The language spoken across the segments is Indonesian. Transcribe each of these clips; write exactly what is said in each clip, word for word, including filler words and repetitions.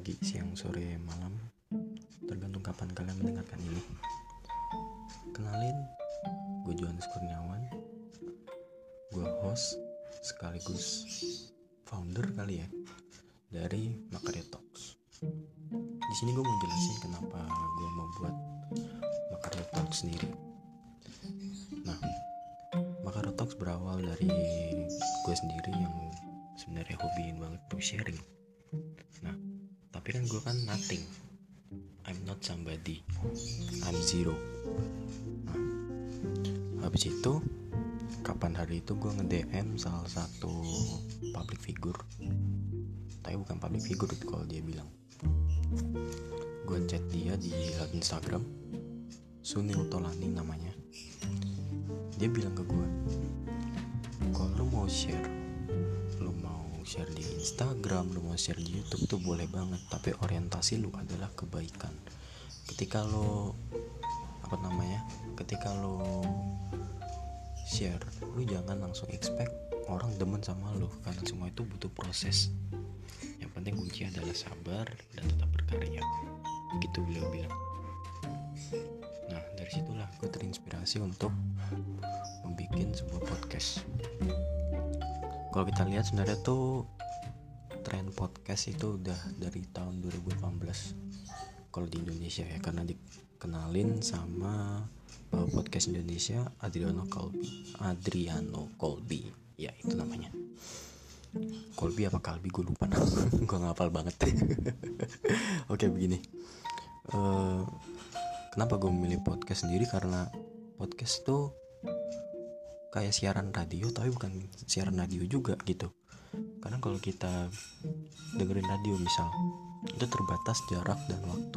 pagi, siang, sore, malam, tergantung kapan kalian mendengarkan ini. Kenalin, gue Johannes Kurniawan. Gue host sekaligus founder kali ya dari Makarya Talks. Di sini gue mau jelasin kenapa gue mau buat Makarya Talks sendiri. Nah, Makarya Talks berawal dari gue sendiri yang sebenarnya hobiin banget tuh sharing. Nah, tapi kan gue kan nothing. I'm not somebody. I'm zero. Nah, habis itu kapan hari itu gue nge-D M salah satu public figure. Tapi bukan public figure itu kalau dia bilang. Gue chat dia di Instagram, Sunil Tolani namanya. Dia bilang ke gue, kalau lu mau share, lu mau share di Instagram, lu mau share di YouTube tuh boleh banget, tapi orientasi lu adalah kebaikan. Ketika lo apa namanya? Ketika lo share, lu jangan langsung expect orang demen sama lu, karena semua itu butuh proses. Yang penting kunci adalah sabar dan tetap berkarya. Begitu beliau bilang. Nah, dari situlah gue terinspirasi untuk membuat sebuah podcast. Kalau kita lihat sebenarnya tuh tren podcast itu udah dari tahun dua ribu delapan belas kalau di Indonesia ya, karena dikenalin sama uh, podcast Indonesia Adriano Colby. Adriano Colby, ya itu namanya. Colby apa Kalbi gue lupa. Gue ngapal banget. Oke, begini. Uh, kenapa gue memilih podcast sendiri? Karena podcast tuh kayak siaran radio, tapi bukan siaran radio juga gitu. Karena kalau kita dengerin radio misal, itu terbatas jarak dan waktu.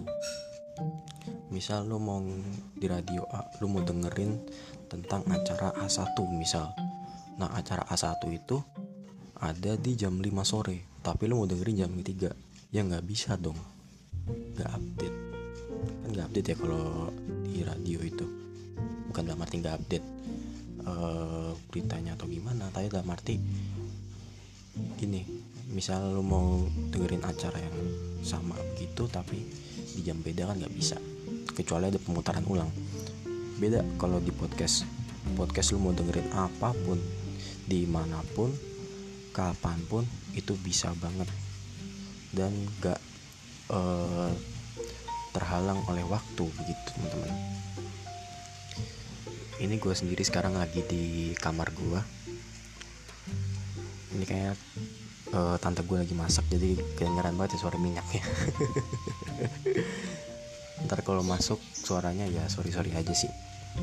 Misal lu mau di radio A, lu mau dengerin tentang acara A satu misal. Nah, acara A satu itu ada di jam lima sore, tapi lu mau dengerin jam tiga. Ya gak bisa dong, gak update. Kan gak update ya kalau di radio itu. Bukan dalam arti gak update uh, beritanya atau gimana, tapi dalam arti gini, misal lu mau dengerin acara yang sama begitu tapi di jam beda kan gak bisa, kecuali ada pemutaran ulang. Beda kalau di podcast. Podcast lu mau dengerin apapun, dimanapun, kapanpun, itu bisa banget dan gak uh, terhalang oleh waktu begitu teman-teman. Ini gue sendiri sekarang lagi di kamar gue. Ini kayak uh, tante gue lagi masak, jadi kedengeran banget ya suara minyaknya. Ntar kalau masuk suaranya ya sorry-sorry aja sih.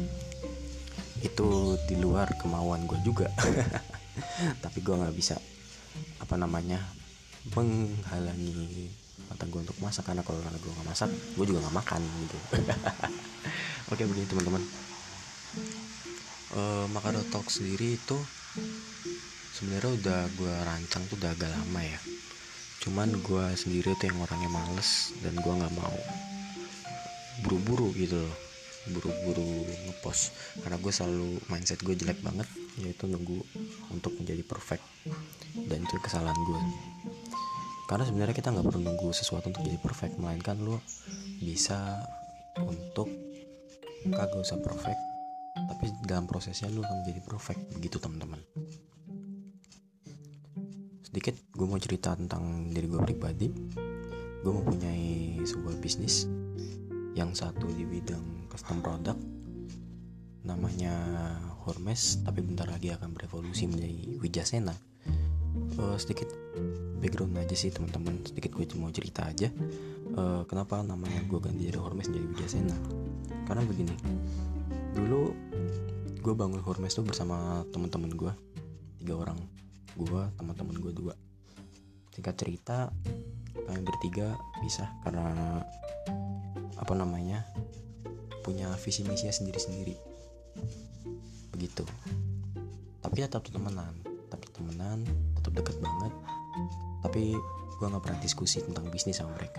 Itu di luar kemauan gue juga. Tapi gue gak bisa apa namanya menghalangi mata gue untuk masak, karena kalau gue gak masak, gue juga gak makan gitu. Oke, begini teman-teman. uh, Makarya Talk sendiri itu sebenarnya udah gue rancang tuh udah agak lama ya. Cuman gue sendiri tuh yang orangnya males, dan gue gak mau buru-buru gitu loh, buru-buru ngepost. Karena gue selalu mindset gue jelek banget, yaitu nunggu untuk menjadi perfect. Dan itu kesalahan gue. Karena sebenarnya kita gak perlu nunggu sesuatu untuk jadi perfect, melainkan lo bisa untuk kagak usah perfect, tapi dalam prosesnya lo akan menjadi perfect. Begitu teman-teman. Sedikit gue mau cerita tentang diri gue pribadi. Gue mempunyai sebuah bisnis, yang satu di bidang custom product, namanya Hormes, tapi bentar lagi akan berevolusi menjadi Wijasena. uh, Sedikit background aja sih teman-teman, sedikit gue cuma cerita aja uh, kenapa namanya gue ganti dari Hormes menjadi Wijasena. Karena begini, dulu gue bangun Hormes tuh bersama teman-teman gue, tiga orang. Gue, teman-teman gue dua. Singkat cerita, kami bertiga pisah karena apa namanya punya visi misi sendiri-sendiri begitu. Tapi tetap temenan, tetap temenan, tetap dekat banget. Tapi gue nggak pernah diskusi tentang bisnis sama mereka.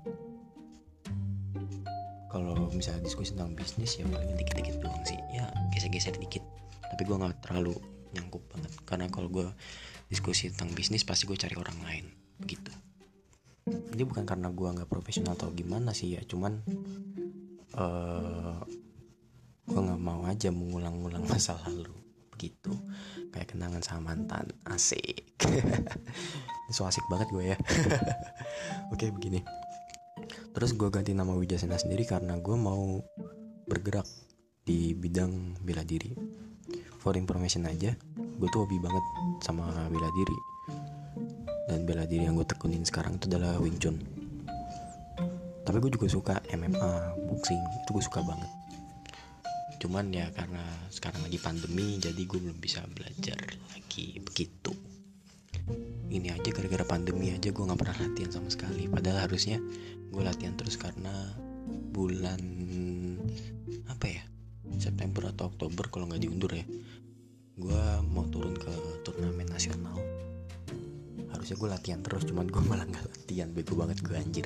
Kalau misalnya diskusi tentang bisnis ya paling dikit-dikit doang sih, ya geser-geser dikit. Tapi gue nggak terlalu nyangkut banget, karena kalau gue diskusi tentang bisnis pasti gue cari orang lain begitu. Ini bukan karena gue nggak profesional atau gimana sih ya, cuman uh, gue nggak mau aja mengulang-ulang masa lalu begitu, kayak kenangan sama mantan. Asik. Ini so asik banget gue ya. Oke, begini. Terus gue ganti nama Wijasena sendiri karena gue mau bergerak di bidang bela diri. For information aja, gue tuh hobi banget sama bela diri. Dan bela diri yang gue tekunin sekarang itu adalah Wing Chun. Tapi gue juga suka M M A, boxing, itu gue suka banget. Cuman ya karena sekarang lagi pandemi, jadi gue belum bisa belajar lagi begitu. Ini aja gara-gara pandemi aja gue gak pernah latihan sama sekali. Padahal harusnya gue latihan terus karena bulan apa ya, September atau Oktober kalau gak diundur ya, gue mau turun ke turnamen nasional. Harusnya gue latihan terus, cuman gue malah gak latihan. Bego banget gue, anjir.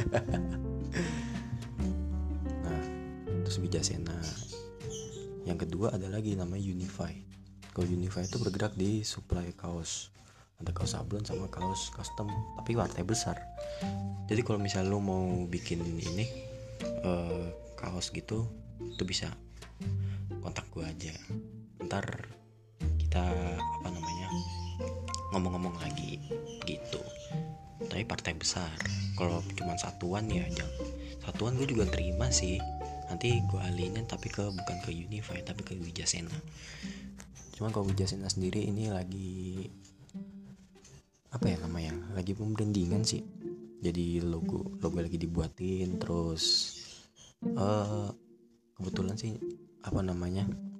Nah, terus Wijasena yang kedua ada lagi namanya Unify. Kalau Unify itu bergerak di supply kaos. Ada kaos sablon sama kaos custom, tapi warnanya besar. Jadi kalau misalnya lo mau bikin ini uh, kaos gitu, itu bisa kontak gue aja. Ntar kita apa namanya ngomong-ngomong lagi gitu. Tapi partai besar. Kalau cuma satuan ya jangan. Satuan gue juga terima sih. Nanti gue alihin tapi ke bukan ke Unify tapi ke Wijasena. Cuman kalau Wijasena sendiri ini lagi apa ya namanya? Lagi pembrandingan sih. Jadi logo logo lagi dibuatin, terus uh, kebetulan sih apa namanya?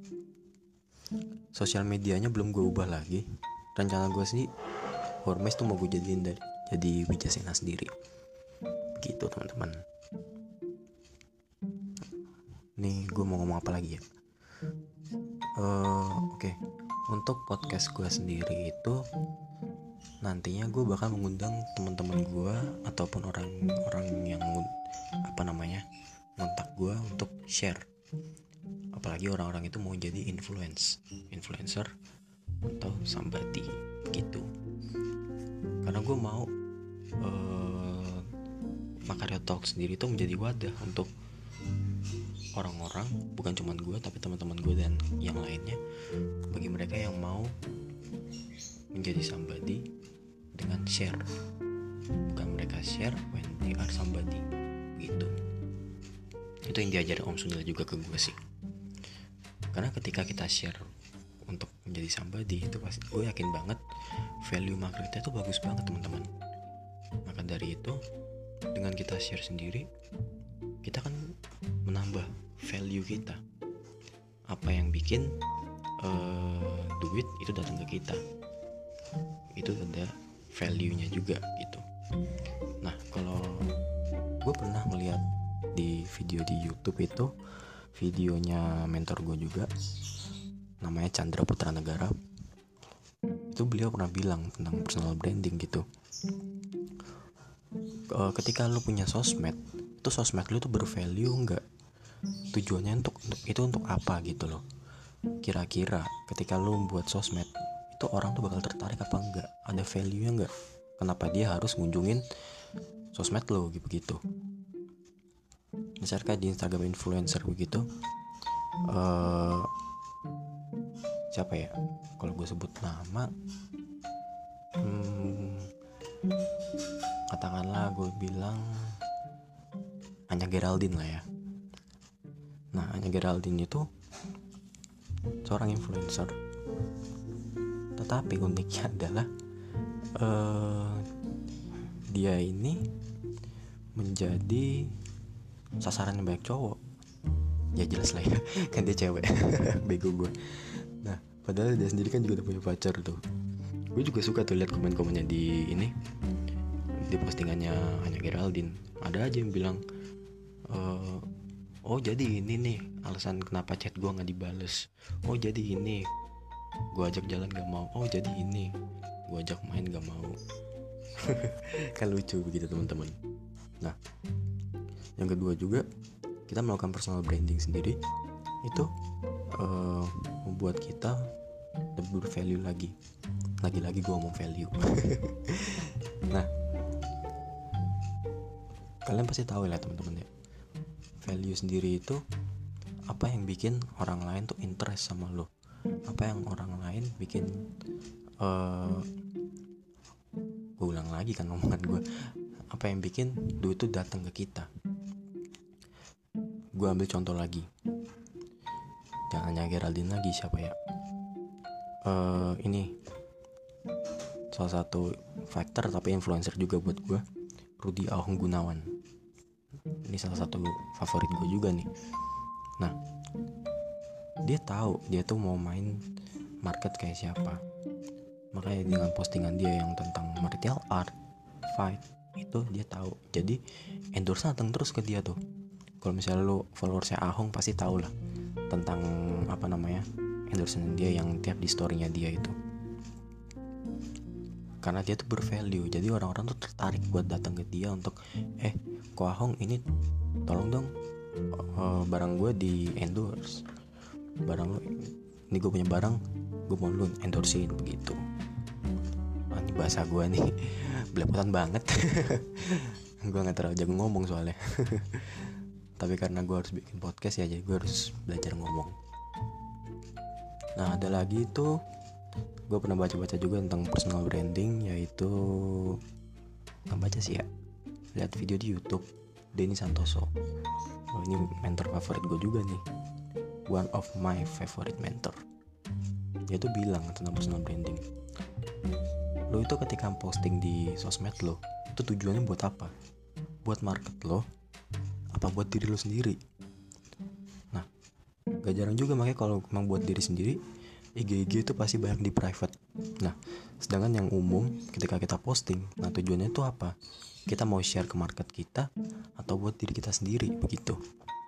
Sosial medianya belum gue ubah lagi. Rencana gue sih Hormes tuh mau gue jadiin dari jadi Wijasena sendiri. Begitu teman-teman. Nih gue mau ngomong apa lagi ya? Uh, Oke, okay. Untuk podcast gue sendiri itu nantinya gue bakal mengundang teman-teman gue ataupun orang-orang yang apa namanya ngontak gue untuk share. Apalagi orang-orang itu mau jadi influence, influencer atau somebody gitu. Karena gue mau uh, Makario Talk sendiri itu menjadi wadah untuk orang-orang, bukan cuma gue tapi teman-teman gue dan yang lainnya, bagi mereka yang mau menjadi somebody dengan share. Bukan mereka share when they are somebody gitu. Itu yang diajarin Om Sundal juga ke gue sih. Karena ketika kita share untuk menjadi somebody, itu pasti gue yakin banget value marketnya itu bagus banget teman-teman. Maka dari itu dengan kita share sendiri, kita kan menambah value kita. Apa yang bikin uh, duit itu datang ke kita, itu ada value-nya juga gitu. Nah kalau gue pernah ngeliat di video di YouTube itu, videonya mentor gue juga, namanya Chandra Putra Negara. Itu beliau pernah bilang tentang personal branding gitu. Uh, ketika lu punya sosmed, itu sosmed lu tuh bervalue nggak? Tujuannya untuk, untuk itu untuk apa gitu loh. Kira-kira ketika lu buat sosmed itu orang tuh bakal tertarik apa enggak? Ada value-nya enggak? Kenapa dia harus ngunjungin sosmed lo gitu-gitu? Misalkan di Instagram influencer begitu, uh, siapa ya? Kalau gue sebut nama, hmm, katakanlah gue bilang Anya Geraldine lah ya. Nah Anya Geraldine itu seorang influencer, tetapi uniknya adalah uh, dia ini menjadi sasaran banyak cowok. Ya jelas lah ya, kan dia cewek. Bego gue. Nah padahal dia sendiri kan juga udah punya pacar tuh. Gue juga suka tuh lihat komen-komennya di ini, di postingannya Anya Geraldine. Ada aja yang bilang uh, oh jadi ini nih alasan kenapa chat gue gak dibales. Oh jadi ini gue ajak jalan gak mau. Oh jadi ini gue ajak main gak mau. Kan lucu begitu teman-teman. Nah yang kedua juga, kita melakukan personal branding sendiri itu uh, membuat kita lebih bervalue lagi. Lagi-lagi gue ngomong value. Nah kalian pasti tahu lah teman-teman ya, value sendiri itu apa yang bikin orang lain tuh interest sama lo, apa yang orang lain bikin uh, gue ulang lagi kan omongan gue, apa yang bikin duit tuh datang ke kita. Gue ambil contoh lagi, jangan hanya Geraldine lagi, siapa ya, uh, ini salah satu factor tapi influencer juga buat gue, Rudy Ahung Gunawan. Ini salah satu favorit gue juga nih. Nah, dia tahu dia tuh mau main market kayak siapa, makanya dengan postingan dia yang tentang martial art, fight, itu dia tahu. Jadi endorse datang terus ke dia tuh. Kalau misalnya lo followersnya Ahung pasti tahu lah tentang apa namanya endorsement dia yang tiap di storynya dia itu. Karena dia tuh bervalue, jadi orang-orang tuh tertarik buat datang ke dia untuk eh Ko Ahung ini tolong dong uh, barang gue di endorse, barang lo ini gue punya barang, gue mau lu endorsein begitu. Nah, ini bahasa gue nih belepotan banget. Gue nggak terlalu jago ngomong soalnya. Tapi karena gue harus bikin podcast ya, jadi gue harus belajar ngomong. Nah, ada lagi tuh, gue pernah baca-baca juga tentang personal branding, yaitu nggak baca sih ya, lihat video di YouTube Denny Santoso. Oh, ini mentor favorit gue juga nih, one of my favorite mentor. Dia tuh bilang tentang personal branding, lo itu ketika posting di sosmed lo, itu tujuannya buat apa? Buat market lo, apa buat diri lo sendiri? Nah, gak jarang juga makanya kalau emang buat diri sendiri, I G I G itu pasti banyak di private. Nah, sedangkan yang umum ketika kita posting, nah tujuannya itu apa? Kita mau share ke market kita atau buat diri kita sendiri, begitu.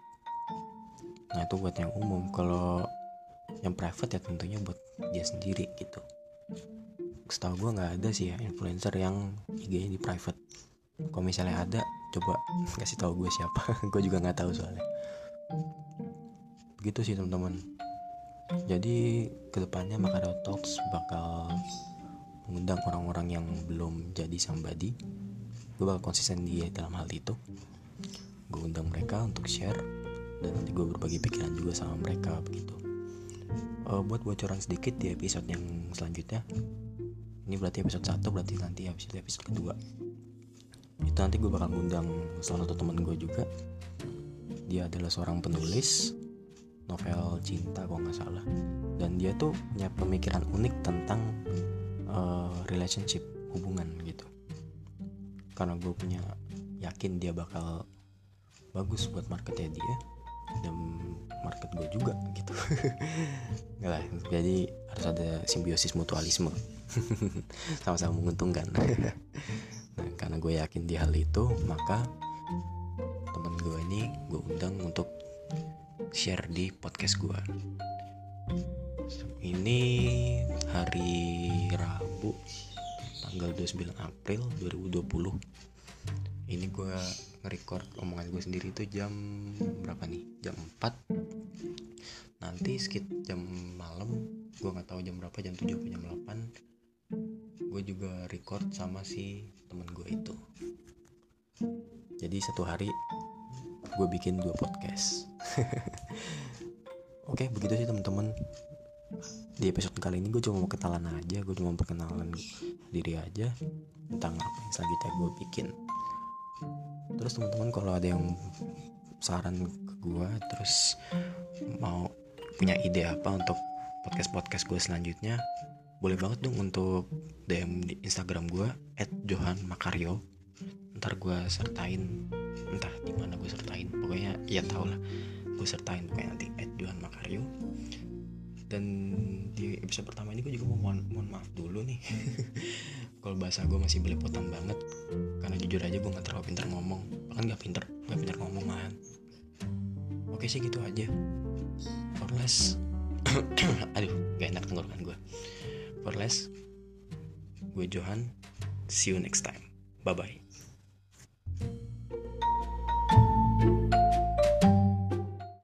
Nah, itu buat yang umum. Kalau yang private ya tentunya buat dia sendiri gitu. Setahu gue nggak ada sih ya influencer yang I G-nya di private. Kalau misalnya ada, coba kasih tahu gue siapa. Gue juga nggak tahu soalnya. Begitu sih teman-teman. Jadi kedepannya Makaryo Talks bakal mengundang orang-orang yang belum jadi somebody. Gue bakal konsisten dia dalam hal itu. Gue undang mereka untuk share, dan nanti gue berbagi pikiran juga sama mereka begitu. Uh, buat bocoran sedikit di episode yang selanjutnya, ini berarti episode satu, berarti nanti episode episode kedua itu nanti gue bakal ngundang salah satu teman gue juga. Dia adalah seorang penulis novel cinta kalau nggak salah, dan dia tuh punya pemikiran unik tentang uh, relationship, hubungan gitu. Karena gue punya yakin dia bakal bagus buat marketnya dia dan market gue juga gitu. Nggak lah, jadi harus ada simbiosis mutualisme. Sama-sama menguntungkan. Nah, karena gue yakin di hal itu, maka temen gue ini gue undang untuk share di podcast gue. Ini hari Rabu tanggal dua puluh sembilan April dua ribu dua puluh. Ini gue nge-record omongan gue sendiri itu jam berapa nih? Jam empat. Nanti sekitar jam malam, gue gak tahu jam berapa, jam tujuh atau jam delapan, gue juga record sama si temen gue itu. Jadi satu hari gue bikin dua podcast. Oke, begitu sih teman-teman. Di episode kali ini gue cuma mau kenalan aja, gue cuma perkenalan diri aja tentang apa yang selanjutnya gue bikin. Terus teman-teman kalau ada yang saran ke gue, terus mau punya ide apa untuk podcast-podcast gue selanjutnya, boleh banget dong untuk D M di Instagram gue et johan makaryo. Ntar gue sertain, entah di mana gue sertain, pokoknya ya tau lah, gue sertain pokoknya nanti et johan makaryo. Dan di episode pertama ini gue juga mau mohon, mohon maaf dulu nih. Kalau bahasa gue masih belepotan banget, karena jujur aja gue gak terlalu pintar ngomong. Bahkan gak pintar, gak pintar ngomong malahan. Oke sih gitu aja. For less aduh gak enak tenggorokan gue. For less, gue Johan. See you next time. Bye bye.